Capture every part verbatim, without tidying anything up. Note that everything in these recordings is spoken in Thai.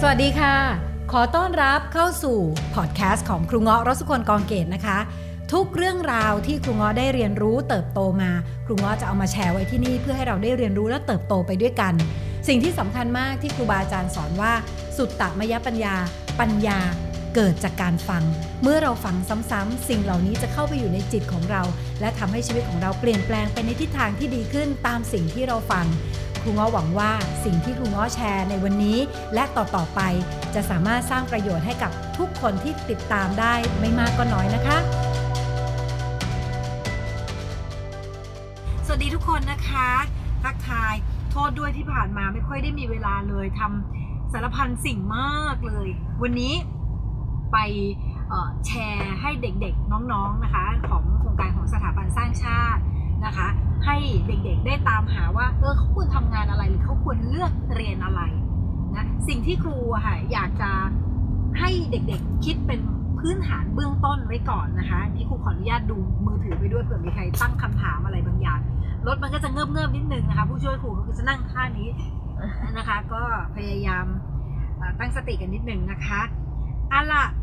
สวัสดีค่ะขอต้อนรับเข้าสู่พอดแคสต์ของครูเงาะรสสุคนกองเกตนะคะทุกเรื่องราวที่ครูเงาะได้เรียนรู้เติบโตมาครูเงาะจะเอามาแชร์ไว้ที่นี่เพื่อให้เราได้เรียนรู้และเติบโตไปด้วยกันสิ่งที่สำคัญมากที่ครูบาอาจารย์สอนว่าสุตตมยปัญญาปัญญาเกิดจากการฟังเมื่อเราฟังซ้ำๆสิ่งเหล่านี้จะเข้าไปอยู่ในจิตของเราและทำให้ชีวิตของเราเปลี่ยนแปลงไปในทิศทางที่ดีขึ้นตามสิ่งที่เราฟังครูเงาะหวังว่าสิ่งที่ครูเงาะแชร์ในวันนี้และต่อๆไปจะสามารถสร้างประโยชน์ให้กับทุกคนที่ติดตามได้ไม่มากก็น้อยนะคะสวัสดีทุกคนนะคะทักทายโทษด้วยที่ผ่านมาไม่ค่อยได้มีเวลาเลยทำสารพันสิ่งมากเลยวันนี้ไปแชร์ให้เด็กๆน้องๆนะคะของโครงการของสถาบันสร้างชาตินะคะให้เด็กๆได้ตามหาว่าเออเขาควรทำงานอะไรหรือเขาควรเลือกเรียนอะไรนะสิ่งที่ครูค่ะอยากจะให้เด็กๆคิดเป็นพื้นฐานเบื้องต้นไว้ก่อนนะคะที่ครูขออนุญาตดูมือถือไปด้วยเผื่อมีใครตั้งคำถามอะไรบางอย่างรถมันก็จะเงิบๆนิดนึงนะคะผู้ช่วยครูก็จะนั่งท่านี้นะคะก็พยายามตั้งสติกันนิดนึงนะคะเอาล่ะ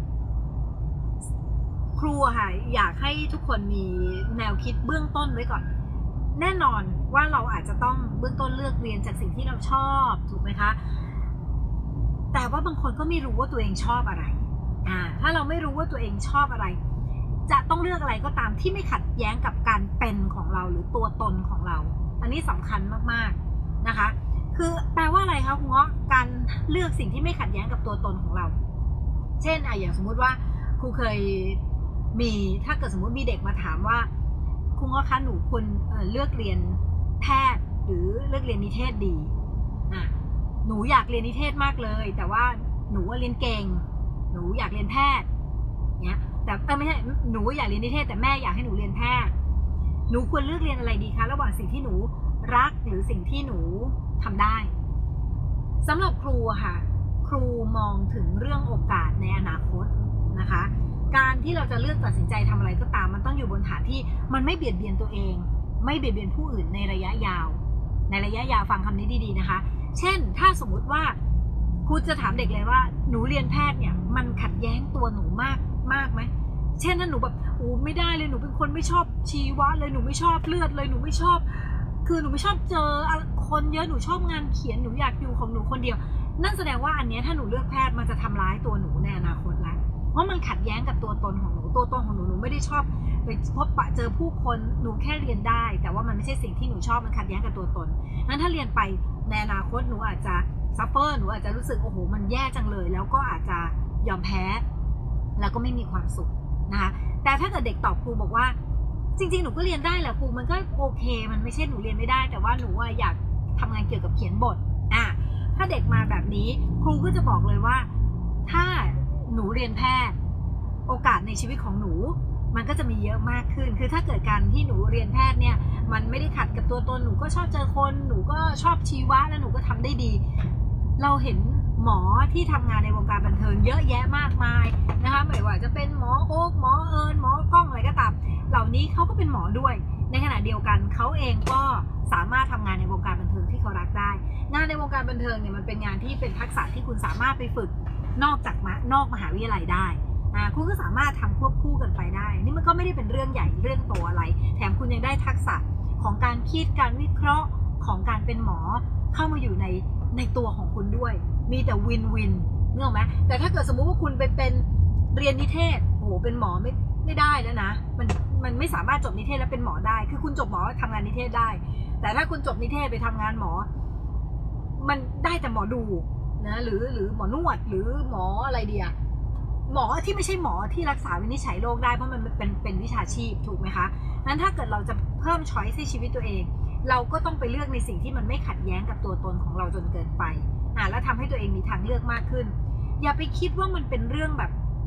ครูค่ะอยากให้ทุกคนมีแนวคิดเบื้องต้นไว้ก่อนแน่นอนว่าเราอาจจะต้องเบื้องต้นเลือกเรียนจากสิ่งที่เราชอบถูกไหมคะแต่ว่าบางคนก็ไม่รู้ว่าตัวเองชอบอะไรอ่าถ้าเราไม่รู้ว่าตัวเองชอบอะไรจะต้องเลือกอะไรก็ตามที่ไม่ขัดแย้งกับการเป็นของเราหรือตัวตนของเราอันนี้สำคัญมากๆนะคะคือแปลว่าอะไรคะคุณเงาะการเลือกสิ่งที่ไม่ขัดแย้งกับตัวตนของเราเช่นอ่ะอย่างสมมุติว่าครูเคยมีถ้าเกิดสมมติมีเด็กมาถามว่าคุณเงาะคะหนูควรเลือกเรียนแพทย์หรือเลือกเรียนนิเทศดีอ่ะหนูอยากเรียนนิเทศมากเลยแต่ว่าหนูเรียนเก่งหนูอยากเรียนแพทย์เนี้ยแต่เออไม่ใช่หนูอยากเรียนนิเทศแต่แม่อยากให้หนูเรียนแพทย์หนูควรเลือกเรียนอะไรดีคะระหว่างสิ่งที่หนูรักหรือสิ่งที่หนูทำได้สำหรับครูค่ะครูมองถึงเรื่องโอกาสในอนาคตนะคะการที่เราจะเลือกตัดสินใจทำอะไรก็ตามมันต้องอยู่บนฐานที่มันไม่เบียดเบียนตัวเองไม่เบียดเบียนผู้อื่นในระยะยาวในระยะยาวฟังคำนี้ดีๆนะคะเช่นถ้าสมมุติว่าครูจะถามเด็กเลยว่าหนูเรียนแพทย์เนี่ยมันขัดแย้งตัวหนูมากมากไหมเช่นถ้าหนูแบบโอ้ไม่ได้เลยหนูเป็นคนไม่ชอบชีวะเลยหนูไม่ชอบเลือดเลยหนูไม่ชอบคือหนูไม่ชอบเจอคนเยอะหนูชอบงานเขียนหนูอยากอยู่ของหนูคนเดียวนั่นแสดงว่าอันนี้ถ้าหนูเลือกแพทย์มันจะทำร้ายตัวหนูในอนาคตแล้วเพราะมันขัดแย้งกับตัวตนของหนูตัวตนของหนูหนูไม่ได้ชอบไปพบปะเจอผู้คนหนูแค่เรียนได้แต่ว่ามันไม่ใช่สิ่งที่หนูชอบมันขัดแย้งกับตัวตนงั้นถ้าเรียนไปในอนาคตหนูอาจจะซัฟเฟอร์หนูอาจจะรู้สึกโอ้โหมันแย่จังเลยแล้วก็อาจจะยอมแพ้แล้วก็ไม่มีความสุขนะคะแต่ถ้าเกิดเด็กตอบครูบอกว่าจริงๆหนูก็เรียนได้แหละครูมันก็โอเคมันไม่ใช่หนูเรียนไม่ได้แต่ว่าหนูอยากทำงานเกี่ยวกับเขียนบทอ่ะถ้าเด็กมาแบบนี้ครูก็จะบอกเลยว่าถ้าหนูเรียนแพทย์โอกาสในชีวิตของหนูมันก็จะมีเยอะมากขึ้นคือถ้าเกิดการที่หนูเรียนแพทย์เนี่ยมันไม่ได้ขัดกับตัวตนหนูก็ชอบเจอคนหนูก็ชอบชีวะแล้วหนูก็ทำได้ดีเราเห็นหมอที่ทำงานในวงการบันเทิงเยอะแยะมากมายนะคะไม่ว่าจะเป็นหมอโอ๊กหมอเอิญหมอกล้องอะไรก็ตามเหล่านี้เขาก็เป็นหมอด้วยในขณะเดียวกันเขาเองก็สามารถทำงานในวงการบันเทิงที่เขารักได้งานในวงการบันเทิงเนี่ยมันเป็นงานที่เป็นทักษะที่คุณสามารถไปฝึกนอกจากมานอกมหาวิทยาลัยได้อ่าคุณก็สามารถทำควบคู่กันไปได้นี่มันก็ไม่ได้เป็นเรื่องใหญ่เรื่องโตอะไรแถมคุณยังได้ทักษะของการคิดการวิเคราะห์ของการเป็นหมอเข้ามาอยู่ในในตัวของคุณด้วยมีแต่วินวินเนื่องไหมแต่ถ้าเกิดสมมุติว่าคุณไปเป็นเรียนนิเทศโอ้โหเป็นหมอไม่ไม่ได้แล้วนะมันมันไม่สามารถจบนิเทศแล้วเป็นหมอได้คือคุณจบหมอทำงานนิเทศได้แต่ถ้าคุณจบนิเทศไปทำงานหมอมันได้แต่หมอดูนะหรือหรือหมอนวดหรือหมออะไรเดียหมอที่ไม่ใช่หมอที่รักษาวินิจฉัยโรคได้เพราะมันเป็นเป็นวิชาชีพถูกไหมคะนั้นถ้าเกิดเราจะเพิ่มช้อยส์ให้ชีวิตตัวเองเราก็ต้องไปเลือกในสิ่งที่มันไม่ขัดแย้งกับตัวตนของเราจนเกินไปอ่าแล้วทำให้ตัวเองมีทางเลือกมากขึ้นอย่าไปคิดว่ามันเป็นเรื่องแบบ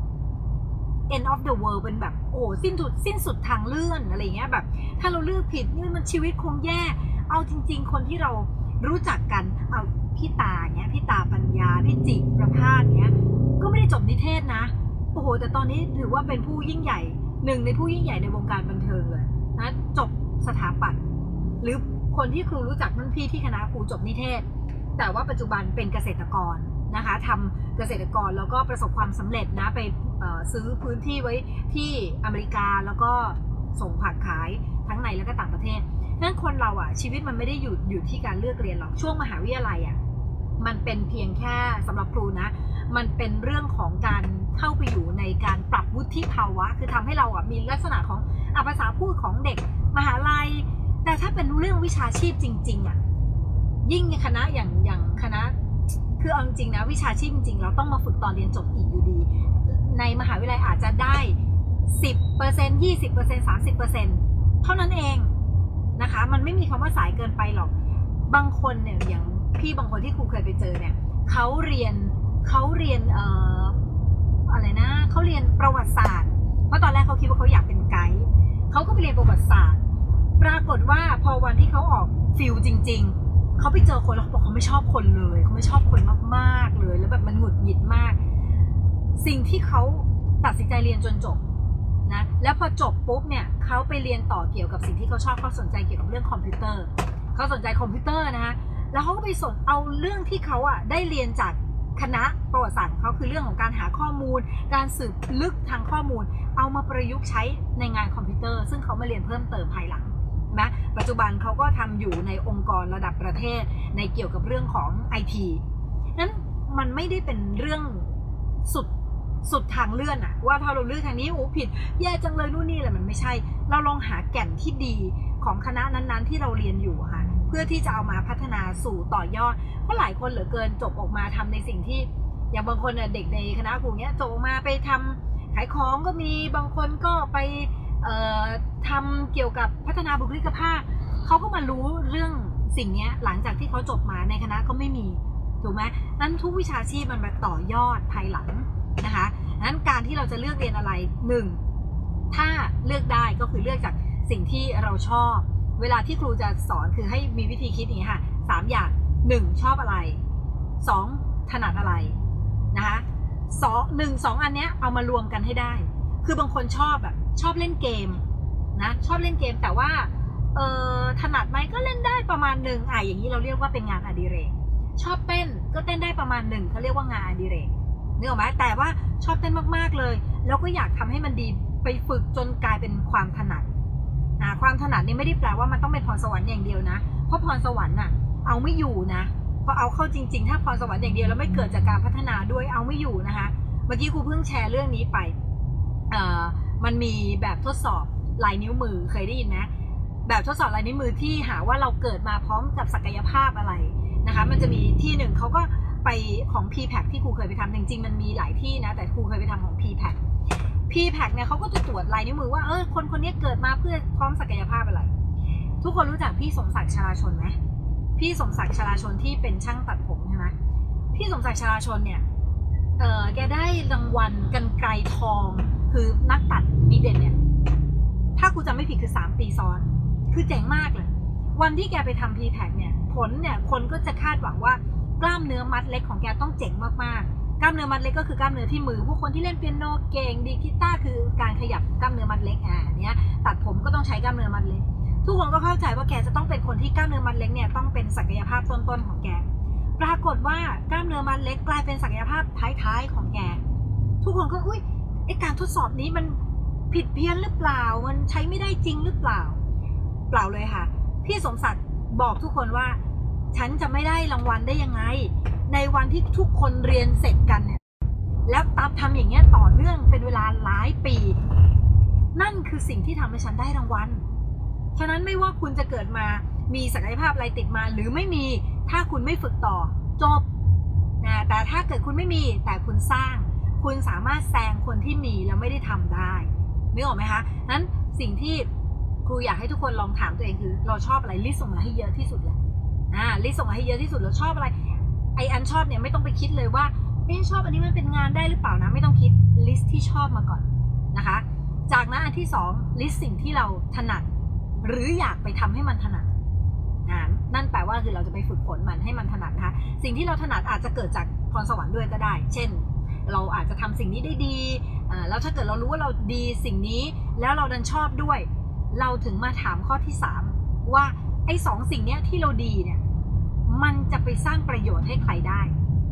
end of the world เป็นแบบโอ้สิ้นสุดสิ้นสุดทางเลื่อนอะไรเงี้ยแบบถ้าเราเลือกผิดนี่มันชีวิตคงแย่เอาจริงๆคนที่เรารู้จักกันเอาพี่ตาเนี้ยพี่ตาปัญญาพี่จิประภาสเนี้ยก็ไม่ได้จบนิเทศนะโอ้โหแต่ตอนนี้ถือว่าเป็นผู้ยิ่งใหญ่หนึ่งในผู้ยิ่งใหญ่ในวงการบันเทิงเลยนะจบสถาปัตย์หรือคนที่ครูรู้จักนั่นพี่ที่คณะครูจบนิเทศ แต่ว่าปัจจุบันเป็นเกษตรกรนะคะทำเกษตรกรแล้วก็ประสบความสำเร็จนะไปซื้อพื้นที่ไว้ที่อเมริกาแล้วก็ส่งผักขายทั้งในและก็ต่างประเทศนั้นคนเราอ่ะชีวิตมันไม่ได้อยู่อยู่ที่การเลือกเรียนหรอกช่วงมหาวิทยาลัยอ่ะมันเป็นเพียงแค่สำหรับครูนะมันเป็นเรื่องของการเข้าไปอยู่ในการปรับวุฒิภาวะคือทำให้เราอ่ะมีลักษณะของอ่ะภาษาพูดของเด็กมหาลัยแต่ถ้าเป็นเรื่องวิชาชีพจริงๆอ่ะยิ่งคณะอย่างอย่างคณะคือเอาจริงนะวิชาชีพจริงๆเราต้องมาฝึกตอนเรียนจบอีกอยู่ดีในมหาวิทยาลัยอาจจะได้ สิบเปอร์เซ็นต์ ยี่สิบเปอร์เซ็นต์ สามสิบเปอร์เซ็นต์ เท่านั้นเองนะคะมันไม่มีคำว่าสายเกินไปหรอกบางคนเนี่ยอย่างพี่บางคนที่ครูเคยไปเจอเนี่ยเขาเรียนเขาเรียนเอ่ออะไรนะเขาเรียนประวัติศาสตร์เพราะตอนแรกเขาคิดว่าเขาอยากเป็นไกด์เขาก็ไปเรียนประวัติศาสตร์ปรากฏว่าพอวันที่เขาออกฟิลจริงๆเขาไปเจอคนแล้วเขาบอกเขาไม่ชอบคนเลยเขาไม่ชอบคนมากๆเลยแล้วแบบมันหงุดหงิดมากสิ่งที่เขาตัดสินใจเรียนจนจบนะแล้วพอจบปุ๊บเนี่ยเขาไปเรียนต่อเกี่ยวกับสิ่งที่เขาชอบเขาสนใจเกี่ยวกับเรื่องคอมพิวเตอร์เขาสนใจคอมพิวเตอร์นะคะแล้วเขาก็ไปสนเอาเรื่องที่เขาอ่ะได้เรียนจากคณะประวัติศาสตร์ของเขาคือเรื่องของการหาข้อมูลการสืบลึกทางข้อมูลเอามาประยุกต์ใช้ในงานคอมพิวเตอร์ซึ่งเขามาเรียนเพิ่มเติมภายหลังนะปัจจุบันเขาก็ทำอยู่ในองค์กรระดับประเทศในเกี่ยวกับเรื่องของ ไอ ที นั้นมันไม่ได้เป็นเรื่องสุดสุดทางเลื่อนอะว่าถ้าเราเลือกทางนี้โอ้ผิดแย่จังเลยนู่นนี่แหละมันไม่ใช่เราลองหาแก่นที่ดีของคณะนั้นๆที่เราเรียนอยู่ค่ะเพื่อที่จะเอามาพัฒนาสู่ต่อยอดเพราะหลายคนเหลือเกินจบออกมาทำในสิ่งที่อย่างบางคนเนี่ยเด็กในคณะครูเนี้ยจบออกมาไปทำขายของก็มีบางคนก็ไปเอ่อทำเกี่ยวกับพัฒนาบุคลิกภาพเขาก็มารู้เรื่องสิ่งนี้หลังจากที่เขาจบมาในคณะก็ไม่มีถูกไหมนั้นทุกวิชาชีพมันมาต่อยอดภายหลังนะคะนั้นการที่เราจะเลือกเรียนอะไรหนึ่งถ้าเลือกได้ก็คือเลือกจากสิ่งที่เราชอบเวลาที่ครูจะสอนคือให้มีวิธีคิดอย่างนี้ค่ะสามอย่างหนึ่งชอบอะไรสองถนัดอะไรนะคะสองหนึ่งสองอันเนี้ยเอามารวมกันให้ได้คือบางคนชอบแบบชอบเล่นเกมนะชอบเล่นเกมแต่ว่าเออถนัดไหมก็เล่นได้ประมาณหนึ่งอ่ะอย่างนี้เราเรียกว่าเป็นงานอดิเรกชอบเต้นก็เต้นได้ประมาณหนึ่งเขาเรียกว่างานอดิเรกนึกออกไหมแต่ว่าชอบเต้นมากๆเลยแล้วก็อยากทำให้มันดีไปฝึกจนกลายเป็นความถนัดอ่าความถนัดนี่ไม่ได้แปลว่ามันต้องเป็นพรสวรรค์อย่างเดียวนะเพราะพรสวรรค์น่ะเอาไม่อยู่นะพอเอาเข้าจริงๆถ้าพรสวรรค์อย่างเดียวแล้วไม่เกิดจากการพัฒนาด้วยเอาไม่อยู่นะคะเมื่อกี้ครูเพิ่งแชร์เรื่องนี้ไปเอ่อมันมีแบบทดสอบลายนิ้วมือเคยได้ยินไหมแบบทดสอบลายนิ้วมือที่หาว่าเราเกิดมาพร้อมกับศักยภาพอะไรนะคะมันจะมีที่หนึ่งเขาก็ไปของ พี แพค ที่ครูเคยไปทำจริงๆมันมีหลายที่นะแต่ครูเคยไปทำของ พี แพค พี แพค เนี่ยเขาก็จะตรวจลายนิ้วมือว่าเออคนคนนี้เกิดมาเพื่อพร้อมศักยภาพอะไรทุกคนรู้จักพี่สมศักดิ์ชลาชนไหมพี่สมศักดิ์ชลาชนที่เป็นช่างตัดผมใช่ไหมพี่สมศักดิ์ชลาชนเนี่ยเออแกได้รางวัลกรรไกรทองคือนักตัดดีเด่นเนี่ยถ้าครูจำไม่ผิดคือสามปีซ้อนคือเจ๋งมากเลยวันที่แกไปทำ พี แพค เนี่ยผลเนี่ยคนก็จะคาดหวังว่ากล้ามเนื้อมัดเล็กของแกต้องเจ๋งมากๆกล้ามเนื้อมัดเล็กก็คือกล้ามเนื้อที่มือผู้คนที่เล่นเปียโนเก่งดีกีตาร์คือการขยับกล้ามเนื้อมัดเล็กอ่ะเนี้ยตัดผมก็ต้องใช้กล้ามเนื้อมัดเล็กทุกคนก็เข้าใจว่าแกจะต้องเป็นคนที่กล้ามเนื้อมัดเล็กเนี่ยต้องเป็นศักยภาพต้นๆของแกปรากฏว่ากล้ามเนื้อมัดเล็กกลายเป็นศักยภาพท้ายๆของแกทุกคนก็อุ้ยไอการทดสอบนี้มันผิดเพี้ยนหรือเปล่ามันใช้ไม่ได้จริงหรือเปล่าเปล่าเลยค่ะพี่สมศักดิ์บอกทุกคนว่าฉันจะไม่ได้รางวัลได้ยังไงในวันที่ทุกคนเรียนเสร็จกันเนี่ยแล้วตับทำอย่างเงี้ยต่อเนื่องเป็นเวลาหลายปีนั่นคือสิ่งที่ทำให้ฉันได้รางวัลฉะนั้นไม่ว่าคุณจะเกิดมามีศักยภาพอะไรติดมาหรือไม่มีถ้าคุณไม่ฝึกต่อจบนะแต่ถ้าเกิดคุณไม่มีแต่คุณสร้างคุณสามารถแซงคนที่มีแล้วไม่ได้ทำได้นึกออกไหมคะนั้นสิ่งที่ครูอยากให้ทุกคนลองถามตัวเองคือเราชอบอะไรลิสต์ส่งมาให้เยอะที่สุดเลยอ่าลิสต์ส่งมาให้เยอะที่สุดเราชอบอะไรไออันชอบเนี่ยไม่ต้องไปคิดเลยว่าเอ๊ะชอบอันนี้มันเป็นงานได้หรือเปล่านะไม่ต้องคิดลิสต์ที่ชอบมาก่อนนะคะจากนั้นอันที่สองลิสต์สิ่งที่เราถนัดหรืออยากไปทำให้มันถนัดอ่านั่นแปลว่าคือเราจะไปฝึกฝนมันให้มันถนัดนะคะสิ่งที่เราถนัดอาจจะเกิดจากพรสวรรค์ด้วยก็ได้เช่นเราอาจจะทำสิ่งนี้ได้ดีอ่าแล้วถ้าเกิดเรารู้ว่าเราดีสิ่งนี้แล้วเราดันชอบด้วยเราถึงมาถามข้อที่สามว่าไอ้สองสิ่งนี้ที่เราดีเนี่ยมันจะไปสร้างประโยชน์ให้ใครได้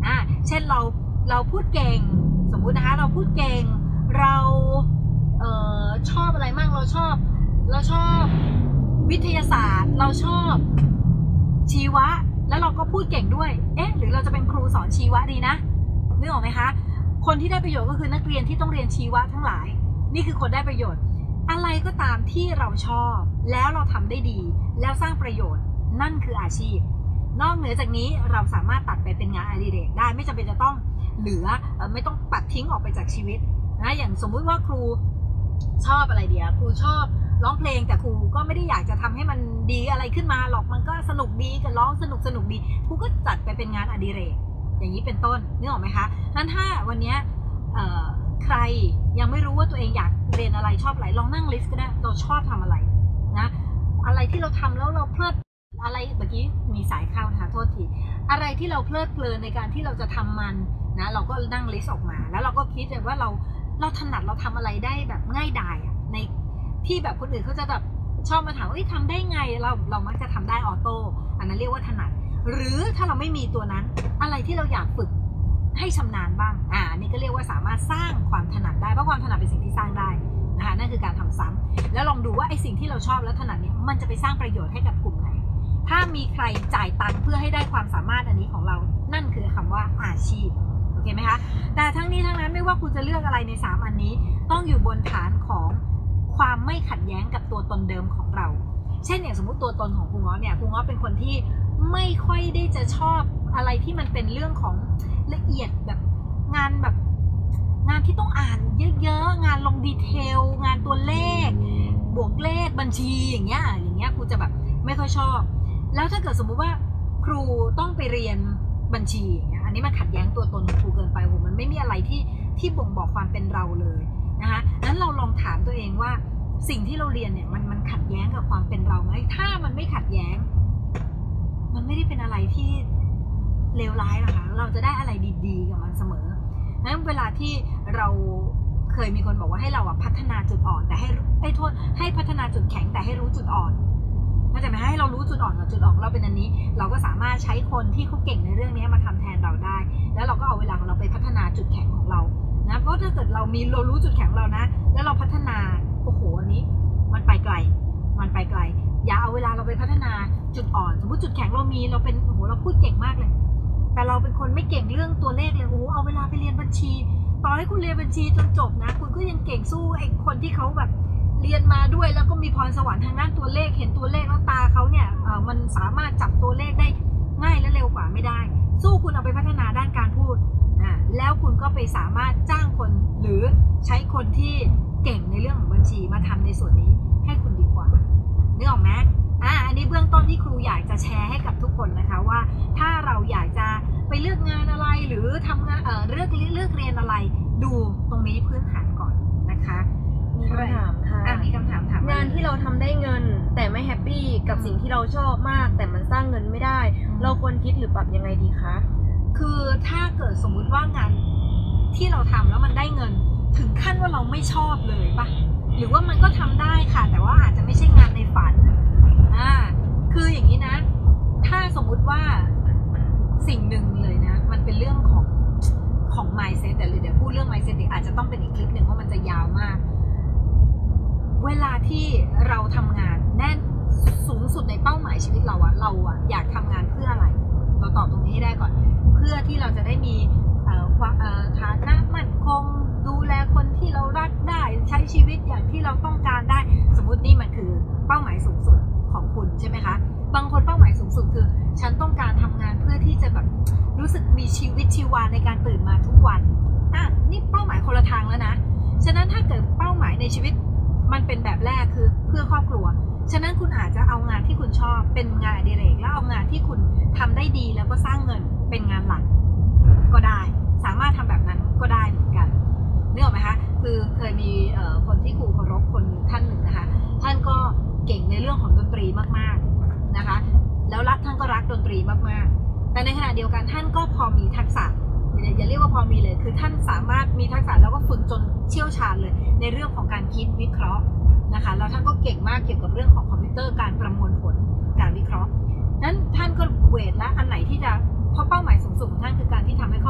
อ่าเช่นเราเราพูดเก่งสมมุตินะคะเราพูดเก่งเราเอ่อชอบอะไรมั่งเราชอบเราชอบวิทยาศาสตร์เราชอบชีวะแล้วเราก็พูดเก่งด้วยเอ๊ะหรือเราจะเป็นครูสอนชีวะดีนะนึกออกไหมคะคนที่ได้ประโยชน์ก็คือนักเรียนที่ต้องเรียนชีวะทั้งหลายนี่คือคนได้ประโยชน์อะไรก็ตามที่เราชอบแล้วเราทำได้ดีแล้วสร้างประโยชน์นั่นคืออาชีพนอกเหนือจากนี้เราสามารถตัดไปเป็นงานอดิเรกได้ไม่จำเป็นจะต้องเหลือไม่ต้องปัดทิ้งออกไปจากชีวิตนะอย่างสมมุติว่าครูชอบอะไรเดียวครูชอบร้องเพลงแต่ครูก็ไม่ได้อยากจะทำให้มันดีอะไรขึ้นมาหรอกมันก็สนุกดีกับร้องสนุกสนุกดีครูก็จัดไปเป็นงานอดิเรกอย่างนี้เป็นต้นนึกออกไหมคะนั้นถ้าวันนี้ใครยังไม่รู้ว่าตัวเองอยากเรียนอะไรชอบอะไรลองนั่งลิสต์ก็ได้เราชอบทำอะไรนะอะไรที่เราทำแล้วเราเพลิดอะไรเมื่อกี้มีสายเข้านะคะโทษทีอะไรที่เราเพลิดเพลินในการที่เราจะทำมันนะเราก็นั่งลิสต์ออกมาแล้วเราก็คิดเลยว่าเราเราถนัดเราทำอะไรได้แบบง่ายดายอะในที่แบบคนอื่นเขาจะแบบชอบมาถามว่าทำได้ไงเราเรามักจะทำได้ออโต้อันนั้นเรียกว่าถนัดหรือถ้าเราไม่มีตัวนั้นอะไรที่เราอยากฝึกให้ชำนาญบ้างอ่านี่ก็เรียกว่าสามารถสร้างความถนัดได้เพราะความถนัดเป็นสิ่งที่สร้างได้นะคะนั่นคือการทำซ้ำแล้วลองดูว่าไอ้สิ่งที่เราชอบและถนัดเนี่ยมันจะไปสร้างประโยชน์ให้กับกลุ่มไหนถ้ามีใครจ่ายตังค์เพื่อให้ได้ความสามารถอันนี้ของเรานั่นคือคำว่าอาชีพโอเคไหมคะแต่ทั้งนี้ทั้งนั้นไม่ว่าคุณจะเลือกอะไรในสามอันนี้ต้องอยู่บนฐานของความไม่ขัดแย้งกับตัวตนเดิมของเราเช่นอย่างสมมติตัวตนของครูง้อเนี่ยครูง้อเป็นคนที่ไม่ค่อยได้จะชอบอะไรที่มันเป็นเรื่องของละเอียดแบบงานแบบงานที่ต้องอ่านเยอะๆงานลงดีเทลงานตัวเลขบวกเลขบัญชีอย่างเงี้ยอย่างเงี้ยครูจะแบบไม่ค่อยชอบแล้วถ้าเกิดสมมุติว่าครูต้องไปเรียนบัญชีอย่างเงี้ยอันนี้มันขัดแย้งตัวตนของครูเกินไปโหมันไม่มีอะไรที่ที่บ่งบอกความเป็นเราเลยนะคะนั้นเราลองถามตัวเองว่าสิ่งที่เราเรียนเนี่ยมันมันขัดแย้งกับความเป็นเราไหมถ้ามันไม่ขัดแย้งมันไม่ได้เป็นอะไรที่เลวร้ายหรอกค่ะเราจะได้อะไรดีๆกับมันเสมอนั้นเวลาที่เราเคยมีคนบอกว่าให้เราพัฒนาจุดอ่อนแต่ให้ให้โทษให้พัฒนาจุดแข็งแต่ให้รู้จุดอ่อนเข้าใจไหมให้เรารู้จุดอ่อนกับจุดอ่อนเราเป็นอันนี้เราก็สามารถใช้คนที่เขาเก่งในเรื่องนี้มาทำแทนเราได้แล้วเราก็เอาเวลาของเราไปพัฒนาจุดแข็งของเรานะเพราะถ้าเกิดเรามีเรารู้จุดแข็งเรานะแล้วเราพัฒนาโอ้โหอันนี้มันไปไกลมันไปไกลอย่าเอาเวลาเราไปพัฒนาจุดอ่อนสมมติจุดแข็งเรามีเราเป็นโอ้โหเราพูดเก่งมากเลยแต่เราเป็นคนไม่เก่งเรื่องตัวเลขเลยโอ้โหเอาเวลาไปเรียนบัญชีต่อให้คุณเรียนบัญชีจนจบนะคุณก็ยังเก่งสู้ไอ้คนที่เขาแบบเรียนมาด้วยแล้วก็มีพรสวรรค์ทางด้านตัวเลขเห็นตัวเลขแล้วตาเขาเนี่ยเออมันสามารถจับตัวเลขได้ง่ายและเร็วกว่าไม่ได้สู้คุณเอาไปพัฒนาด้านการพูดอ่าแล้วคุณก็ไปสามารถจ้างคนหรือใช้คนที่เก่งในเรื่องของบัญชีมาทำในส่วนนี้ให้คุณดีกว่านึกออกไหมอ่าอันนี้เบื้องต้นที่ครูอยากจะแชร์ให้กับทุกคนนะคะว่าถ้าเราอยากจะไปเลือกงานอะไรหรือทำงานเอ่อเลือกเลือกเรียนอะไรดูตรงนี้พื้นฐานก่อนนะคะมีคำถามค่ะมีคำถามถามงานที่เราทำได้เงินแต่ไม่แฮปปี้กับสิ่งที่เราชอบมากแต่มันสร้างเงินไม่ได้เราควรคิดหรือปรับยังไงดีคะคือถ้าเกิดสมมุติว่างานที่เราทำแล้วมันได้เงินถึงขั้นว่าเราไม่ชอบเลยปะหรือว่ามันก็ทำได้ค่ะแต่ว่าอาจจะไม่ใช่งานในฝันอ่าคืออย่างนี้นะถ้าสมมุติว่าสิ่งหนึ่งเลยนะมันเป็นเรื่องของของ mindset แต่เดี๋ยวพูดเรื่อง mindset อาจจะต้องเป็นอีกคลิปหนึ่งเพราะมันจะยาวมากเวลาที่เราทำงานแน่นสูงสุดในเป้าหมายชีวิตเราอะเราอะอยากทำงานเพื่ออะไรเราตอบตรงนี้ให้ได้ก่อนเพื่อที่เราจะได้มีฐานะมั่นคงดูแลคนที่เรารักได้ใช้ชีวิตอย่างที่เราต้องการได้สมมตินี่มันคือเป้าหมายสูงสุดของคุณใช่ไหมคะบางคนเป้าหมายสูงสุดคือฉันต้องการทำงานเพื่อที่จะแบบรู้สึกมีชีวิตชีวาในการตื่นมาทุกวันอ่ะนี่เป้าหมายคนละทางแล้วนะฉะนั้นถ้าเกิดเป้าหมายในชีวิตมันเป็นแบบแรกคือเพื่อครอบครัวฉะนั้นคุณอาจจะเอางานที่คุณชอบเป็นงานอดิเรกแล้วเอางานที่คุณทำได้ดีแล้วก็สร้างเงินเป็นงานหลักก็ได้สามารถทำแบบนั้นก็ได้เหมือนกันนึกออกไหมคะคือเคยมีคนที่ครูเคารพคนท่านหนึ่งนะคะท่านก็เก่งในเรื่องของดนตรีมากๆนะคะแล้วรักท่านก็รักดนตรีมากๆแต่ในขณะเดียวกันท่านก็พอมีทักษะอย่าเรียกว่าพอมีเลยคือท่านสามารถมีทักษะแล้วก็ฝึกจนเชี่ยวชาญเลยในเรื่องของการคิดวิเคราะห์นะคะแล้วท่านก็เก่งมากเกี่ยวกับเรื่องของคอมพิวเตอร์การประมวลผลการวิเคราะห์นั้นท่านก็เวทและอันไหนที่จะเพราะเป้าหมายสูงสุดของท่านคือการที่ทำให้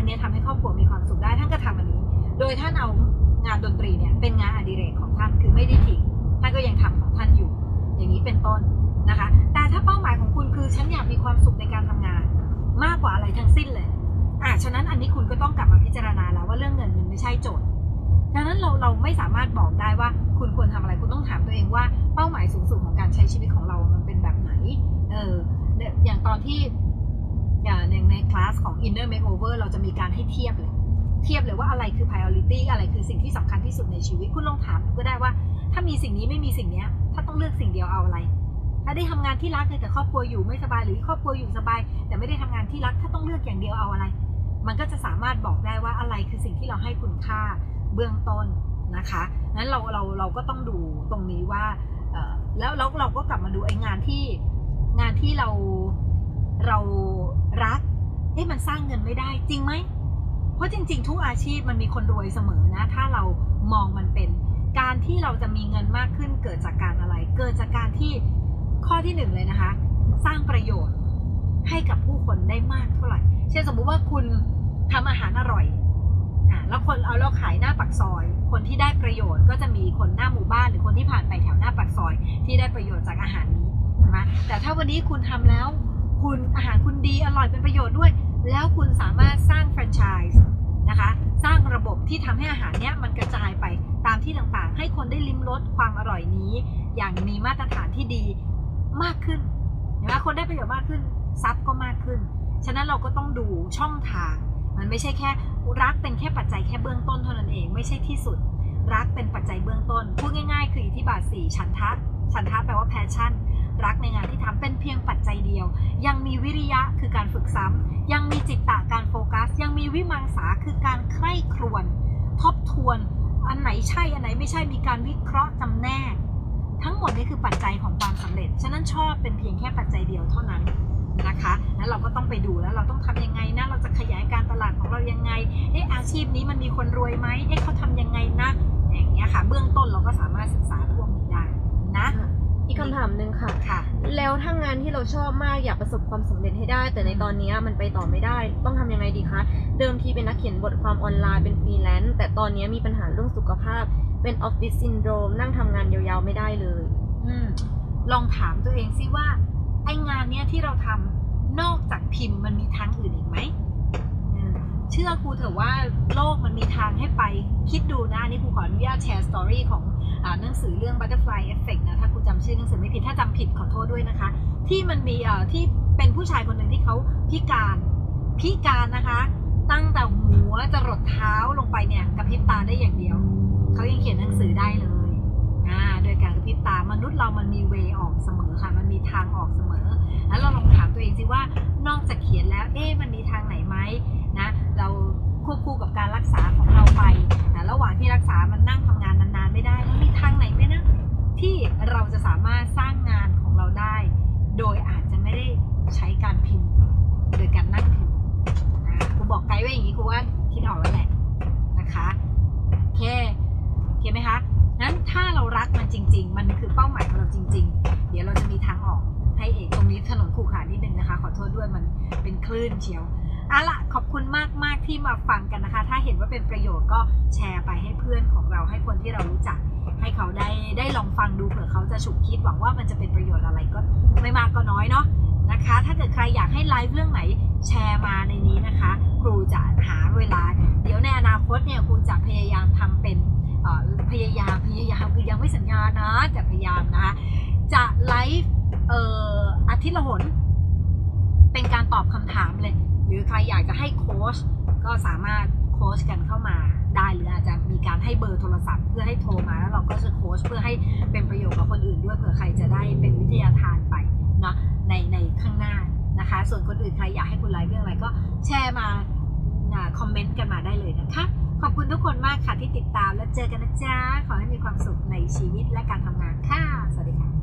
นี้ทำให้ครอบครัวมีความสุขได้ท่านก็ทำอันนี้โดยท่านเอางานดนตรีเนี่ยเป็นงานอดิเรกของท่านคือไม่ได้ทิ้งท่านก็ยังทำของท่านอยู่อย่างนี้เป็นต้นนะคะแต่ถ้าเป้าหมายของคุณคือฉันอยากมีความสุขในการทำงานมากกว่าอะไรทั้งสิ้นเลยอ่ะฉะนั้นอันนี้คุณก็ต้องกลับมาพิจารณาแล้วว่าเรื่องเงินมันไม่ใช่โจทย์ดังนั้นเราเราไม่สามารถบอกได้ว่าคุณควรทำอะไรคุณต้องถามตัวเองว่าเป้าหมายสูงสุดของการใช้ชีวิตของเรามันเป็นแบบไหนเอออย่างตอนที่อย่างในคลาสของ Inner Makeover เราจะมีการให้เทียบเลยเทียบเลยว่าอะไรคือ priority อะไรคือสิ่งที่สำคัญที่สุดในชีวิตคุณลองถามก็ได้ว่าถ้ามีสิ่งนี้ไม่มีสิ่งนี้ถ้าต้องเลือกสิ่งเดียวเอาอะไรถ้าได้ทำงานที่รักแต่ครอบครัวอยู่ไม่สบายหรือครอบครัวอยู่สบายแต่ไม่ได้ทำงานที่รักถ้าต้องเลือกอย่างเดียวเอาอะไรมันก็จะสามารถบอกได้ว่าอะไรคือสิ่งที่เราให้คุณค่าเบื้องต้นนะคะนั้นเราเราเราก็ต้องดูตรงนี้ว่าแล้วแล้วเราก็กลับมาดูไอ้งานที่งานที่เราเรารักเอ๊ะมันสร้างเงินไม่ได้จริงไหมเพราะจริงๆทุกอาชีพมันมีคนรวยเสมอนะถ้าเรามองมันเป็นการที่เราจะมีเงินมากขึ้นเกิดจากการอะไรเกิดจากการที่ข้อที่หนึ่งเลยนะคะสร้างประโยชน์ให้กับผู้คนได้มากเท่าไหร่เช่นสมมุติว่าคุณทำอาหารอร่อยอ่ะแล้วคนเอาเราขายหน้าปากซอยคนที่ได้ประโยชน์ก็จะมีคนหน้าหมู่บ้านหรือคนที่ผ่านไปแถวหน้าปากซอยที่ได้ประโยชน์จากอาหารนี้ใช่ไหมแต่ถ้าวันนี้คุณทำแล้วคุณอาหารคุณดีอร่อยเป็นประโยชน์ด้วยแล้วคุณสามารถสร้างแฟรนไชส์นะคะสร้างระบบที่ทำให้อาหารเนี้ยมันกระจายไปตามที่ต่างๆให้คนได้ลิ้มรสความอร่อยนี้อย่างมีมาตรฐานที่ดีมากขึ้นนะคะคนได้ประโยชน์มากขึ้นทรัพย์ก็มากขึ้นฉะนั้นเราก็ต้องดูช่องทางมันไม่ใช่แค่รักเป็นแค่ปัจจัยแค่เบื้องต้นเท่านั้นเองไม่ใช่ที่สุดรักเป็นปัจจัยเบื้องต้นพูดง่ายๆคืออิทธิบาทสี่ฉันทะฉันทะแปลว่าแพชชั่นรักในงานที่ทำเป็นเพียงปัจจัยเดียวยังมีวิริยะคือการฝึกซ้ำยังมีจิตตะการโฟกัสยังมีวิมังสาคือการใคร่ครวญทบทวนอันไหนใช่อันไหนไม่ใช่มีการวิเคราะห์จำแนกทั้งหมดนี้คือปัจจัยของความสำเร็จฉะนั้นชอบเป็นเพียงแค่ปัจจัยเดียวเท่านั้นนะคะแล้วเราก็ต้องไปดูแล้วเราต้องทำยังไงนะเราจะขยายการตลาดของเรายังไงเอ๊ะอาชีพนี้มันมีคนรวยไหมเอ๊ะเขาทำยังไงนะอย่างเงี้ยค่ะเบื้องต้นเราก็สามารถศึกษาพวกนี้ได้นะอีกคำถามหนึ่งค่ะค่ะแล้วถ้างานที่เราชอบมากอยากประสบความสำเร็จให้ได้แต่ในตอนนี้มันไปต่อไม่ได้ต้องทำยังไงดีคะเดิมทีเป็นนักเขียนบทความออนไลน์เป็นฟรีแลนซ์แต่ตอนนี้มีปัญหาเรื่องสุขภาพเป็นออฟฟิศซินโดรมนั่งทำงานยาวๆไม่ได้เลยอืมลองถามตัวเองซิว่าไองานเนี้ยที่เราทำนอกจากพิมพ์มันมีทางอื่นอีกไหมเชื่อครูเถอะว่าโลกมันมีทางให้ไปคิดดูนะนี่ครูขออนุญาตแชร์สตอรี่ของอ่าหนังสือเรื่อง Butterfly Effect นะถ้าครูจำชื่อหนังสือไม่ผิดถ้าจำผิดขอโทษด้วยนะคะที่มันมีอ่าที่เป็นผู้ชายคนหนึ่งที่เขาพิการพิการนะคะตั้งแต่หัวจรดเท้าลงไปเนี่ยกระพริบตาได้อย่างเดียวเขายังเขียนหนังสือได้เลยอ่าโดยการกระพริบตามนุษย์เรามันมีเวออกเสมอค่ะมันมีทางออกเสมอแล้วเราลองถามตัวเองสิว่านอกจากเขียนแล้วเอ๊ะมันมีทางไหนไหมนะเราควบคู่กับการรักษาของเราไปนะระหว่างที่รักษามันนั่งทำงานนานๆไม่ได้มันมีทางไหนไหมนะที่เราจะสามารถสร้างงานของเราได้โดยอาจจะไม่ได้ใช้การพิมพ์โดยการนั่งพิมพ์ครูบอกไกด์ไว้อย่างนี้ครูว่าคิดออกแล้วแหละนะคะโอเคโอเคไหมคะนั้นถ้าเรารักมันจริงๆมันคือเป้าหมายของเราจริงๆเดี๋ยวเราจะมีทางออกให้เองตรงนี้ถนนขรุขระนิดนึงนะคะขอโทษด้วยมันเป็นคลื่นเชียวเอาล่ะขอบคุณมากๆที่มาฟังกันนะคะถ้าเห็นว่าเป็นประโยชน์ก็แชร์ไปให้เพื่อนของเราให้คนที่เรารู้จักให้เขาได้ได้ลองฟังดูเผื่อเขาจะฉุกคิดหวังว่ามันจะเป็นประโยชน์อะไรก็ไม่มากก็น้อยเนาะนะคะถ้าเกิดใครอยากให้ไลฟ์เรื่องไหนแชร์มาในนี้นะคะครูจะหาเวลาเดี๋ยวในอนาคตเนี่ยครูจะพยายามทำเป็นพยายามพยายามคือยังไม่สัญญานะแต่พยายามนะคะจะไลฟ์เอ่ออาทิตย์ละหนเป็นการตอบคำถามเลยหรือใครอยากจะให้โค้ชก็สามารถโค้ชกันเข้ามาได้หรืออาจจะมีการให้เบอร์โทรศัพท์เพื่อให้โทรมาแล้วเราก็จะโค้ชเพื่อให้เป็นประโยชน์กับคนอื่นด้วยเผื่อใครจะได้เป็นวิทยาทานไปเนาะในในข้างหน้านะคะส่วนคนอื่นใครอยากให้คุณไลฟ์เรื่องอะไรก็แชร์มาคอมเมนต์กันมาได้เลยนะคะขอบคุณทุกคนมากค่ะที่ติดตามแล้วเจอกันนะจ๊ะขอให้มีความสุขในชีวิตและการทำงานค่ะสวัสดีค่ะ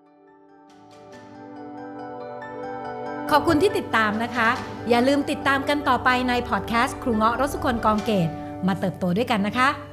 ขอบคุณที่ติดตามนะคะอย่าลืมติดตามกันต่อไปในพอดแคสต์ครูเงาะรสสุคนกองเกตมาเติบโตด้วยกันนะคะ